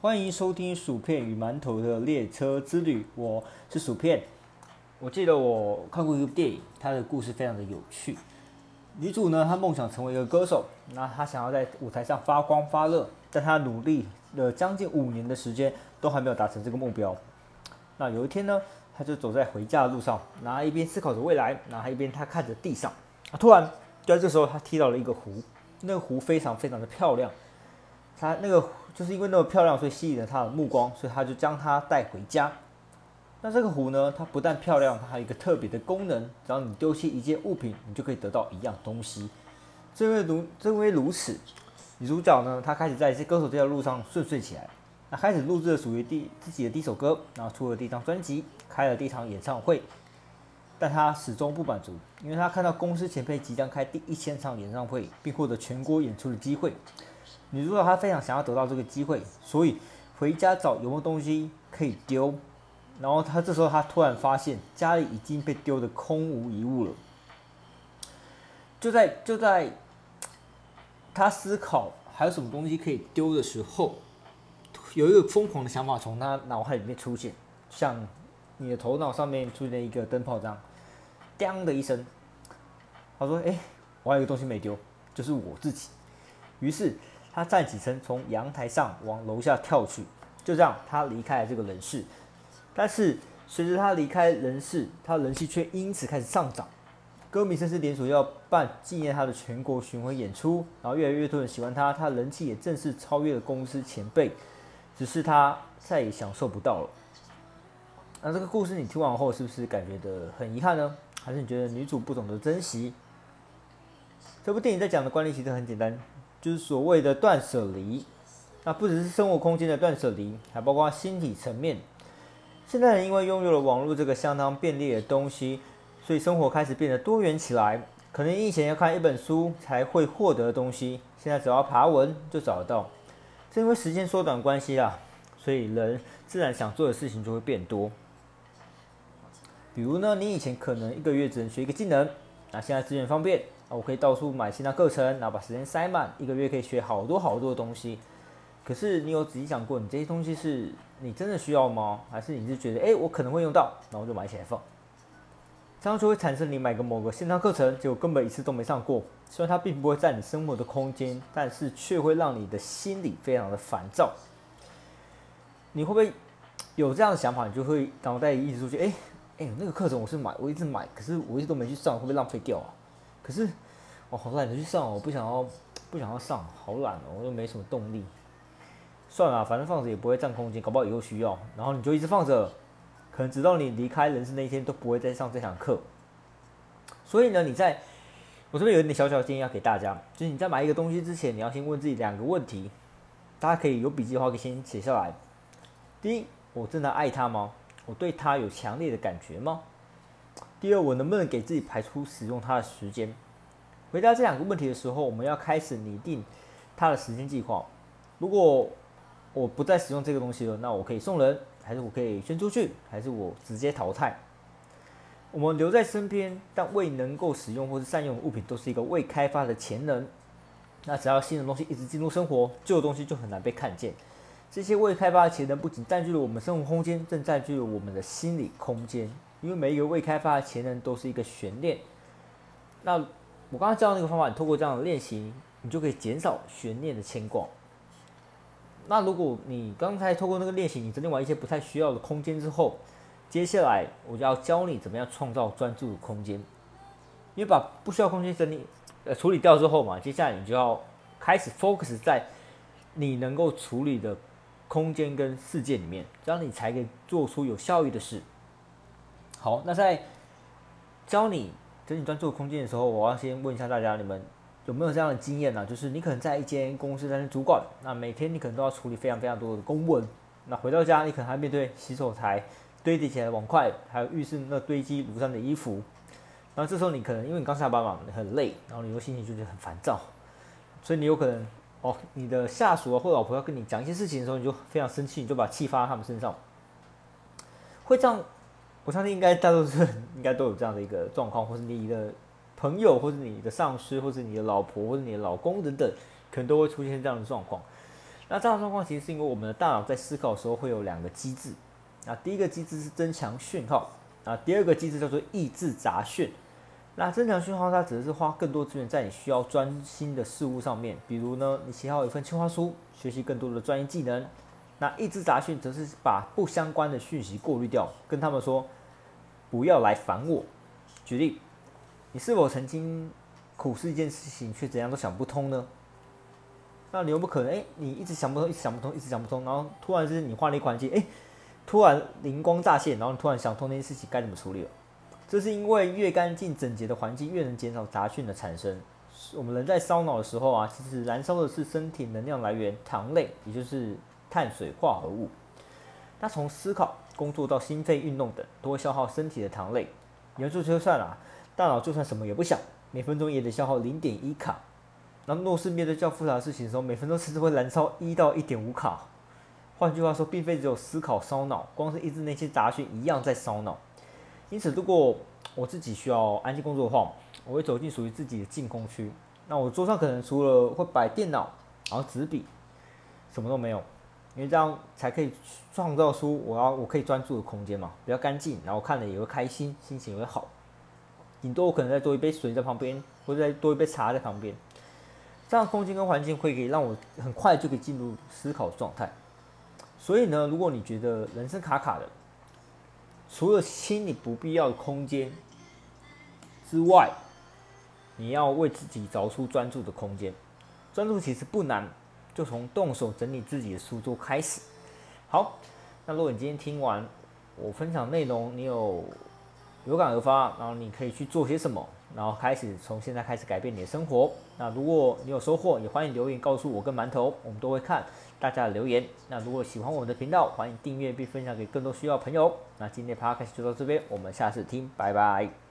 欢迎收听薯片与馒头的列车之旅，我是薯片。我记得我看过一部电影，它的故事非常的有趣。女主呢，她梦想成为一个歌手，那她想要在舞台上发光发热，但她努力了将近5年的时间，都还没有达成这个目标。那有一天呢，她就走在回家的路上，然后一边思考着未来，然后一边她看着地上，突然就在这时候，她踢到了一个湖，那个湖非常非常的漂亮。她那个就是因为那么漂亮，所以吸引了她的目光，所以她就将它带回家。那这个湖呢，它不但漂亮，它还有一个特别的功能，只要你丢弃一件物品，你就可以得到一样东西。正因为如此，女主角呢，她开始在歌手这条路上顺遂起来。她开始录制了属于自己的第一首歌，然后出了第一张专辑，开了第一场演唱会。但她始终不满足，因为她看到公司前辈即将开第1000场演唱会，并获得全国演出的机会。女主角她非常想要得到这个机会，所以回家找有没有东西可以丢。然后这时候突然发现家里已经被丢得空无一物了。就在他思考还有什么东西可以丢的时候，有一个疯狂的想法从他脑海里面出现，像你的头脑上面出现一个灯泡这样，当的一声，他说：“我还有一个东西没丢，就是我自己。”于是他站起身，从阳台上往楼下跳去。就这样，他离开了这个人世。但是随着他离开人世，他的人气却因此开始上涨。歌迷甚至联署要办纪念他的全国巡回演出，然后越来越多人喜欢他，他的人气也正式超越了公司前辈，只是他再也享受不到了。那这个故事你听完后，是不是感觉得很遗憾呢？还是你觉得女主不懂得珍惜？这部电影在讲的观念其实很简单，就是所谓的断舍离。那不只是生活空间的断舍离，还包括心理层面。现在人因为拥有了网络这个相当便利的东西，所以生活开始变得多元起来。可能以前要看一本书才会获得的东西，现在只要爬文就找得到。是因为时间缩短关系啦，所以人自然想做的事情就会变多。比如呢，你以前可能1个月只能学一个技能，那现在资源方便，我可以到处买线上课程，然后把时间塞满，1个月可以学好多好多的东西。可是你有仔细想过，你这些东西是你真的需要吗？还是你是觉得，我可能会用到，然后就买起来放？这样就会产生你买个某个线上课程，结果根本一次都没上过。虽然它并不会占你生活的空间，但是却会让你的心里非常的烦躁。你会不会有这样的想法？你就会脑袋一直出去，那个课程我一直买，可是我一直都没去上，会不会浪费掉啊？可是我好懒得去上，我不想要上，好懒哦，我又没什么动力。算了，反正放着也不会占空间，搞不好以后需要，然后你就一直放着，可能直到你离开人世那一天都不会再上这堂课。所以呢，我这边有一点小小的建议要给大家，就是你在买一个东西之前，你要先问自己2个问题，大家可以有笔记的话可以先写下来。第一，我真的爱它吗？我对它有强烈的感觉吗？第二，我能不能给自己排出使用它的时间？回答这2个问题的时候，我们要开始拟定它的时间计划。如果我不再使用这个东西了，那我可以送人，还是我可以捐出去，还是我直接淘汰？我们留在身边但未能够使用或是善用的物品，都是一个未开发的潜能。那只要新的东西一直进入生活，旧的东西就很难被看见。这些未开发的潜能不仅占据了我们生活空间，更占据了我们的心理空间。因为每一个未开发的潜能都是一个悬念。那我刚刚教的那个方法，你透过这样的练习，你就可以减少悬念的牵挂。那如果你刚才透过那个练习，你整理完一些不太需要的空间之后，接下来我就要教你怎么样创造专注的空间。因为把不需要空间处理掉之后嘛，接下来你就要开始 focus 在你能够处理的空间跟事件里面，这样你才可以做出有效益的事。好，那在教你整理专注的空间的时候，我要先问一下大家，你们有没有这样的经验呢？就是你可能在一间公司担任主管，那每天你可能都要处理非常非常多的公文，那回到家你可能还面对洗手台堆积起来的碗筷，还有浴室那堆积如山的衣服，然后这时候你可能因为你刚下班嘛，你很累，然后你又心情就觉得很烦躁，所以你有可能你的下属或老婆要跟你讲一些事情的时候，你就非常生气，你就把气发在他们身上，会这样。我相信应该大多数人应该都有这样的一个状况，或是你的朋友，或是你的上司，或是你的老婆，或是你的老公等等，可能都会出现这样的状况。 那这样的状况其实是因为我们的大脑在思考的时候会有2个机制。那第一个机制是增强讯号，那第二个机制叫做抑制杂讯。那增强讯号它只是花更多资源在你需要专心的事物上面，比如呢，你写好一份计划书，学习更多的专业技能。那抑制杂讯则是把不相关的讯息过滤掉，跟他们说不要来烦我。举例，你是否曾经苦思一件事情却怎样都想不通呢？那你有没有可能，你一直想不通，一直想不通，一直想不通，然后突然是你换了一个环境，突然灵光乍现，然后你突然想通那件事情该怎么处理了？这是因为越干净整洁的环境，越能减少杂讯的产生。我们人在烧脑的时候啊，其实燃烧的是身体能量来源糖类，也就是碳水化合物。那从思考、工作到心肺运动等，都会消耗身体的糖类。研究就算了，大脑就算什么也不想，每分钟也得消耗0.1卡。然后若是面对较复杂的事情的时候，每分钟甚至会燃烧1到1.5卡。换句话说，并非只有思考烧脑，光是抑制那些杂讯一样在烧脑。因此，如果我自己需要安静工作的话，我会走进属于自己的净空区。那我桌上可能除了会摆电脑，然后纸笔，什么都没有，因为这样才可以创造出我可以专注的空间嘛，比较干净，然后看了也会开心，心情也会好。顶多我可能再多一杯水在旁边，或者再多一杯茶在旁边。这样的空间跟环境可以让我很快就可以进入思考状态。所以呢，如果你觉得人生卡卡的，除了清理不必要的空间之外，你要为自己找出专注的空间。专注其实不难，就从动手整理自己的书桌开始。好，那如果你今天听完我分享内容，你有感而发，然后你可以去做些什么，然后从现在开始改变你的生活。那如果你有收获，也欢迎留言告诉我跟馒头，我们都会看大家的留言。那如果喜欢我们的频道，欢迎订阅并分享给更多需要的朋友。那今天的 podcast 就到这边，我们下次听，拜拜。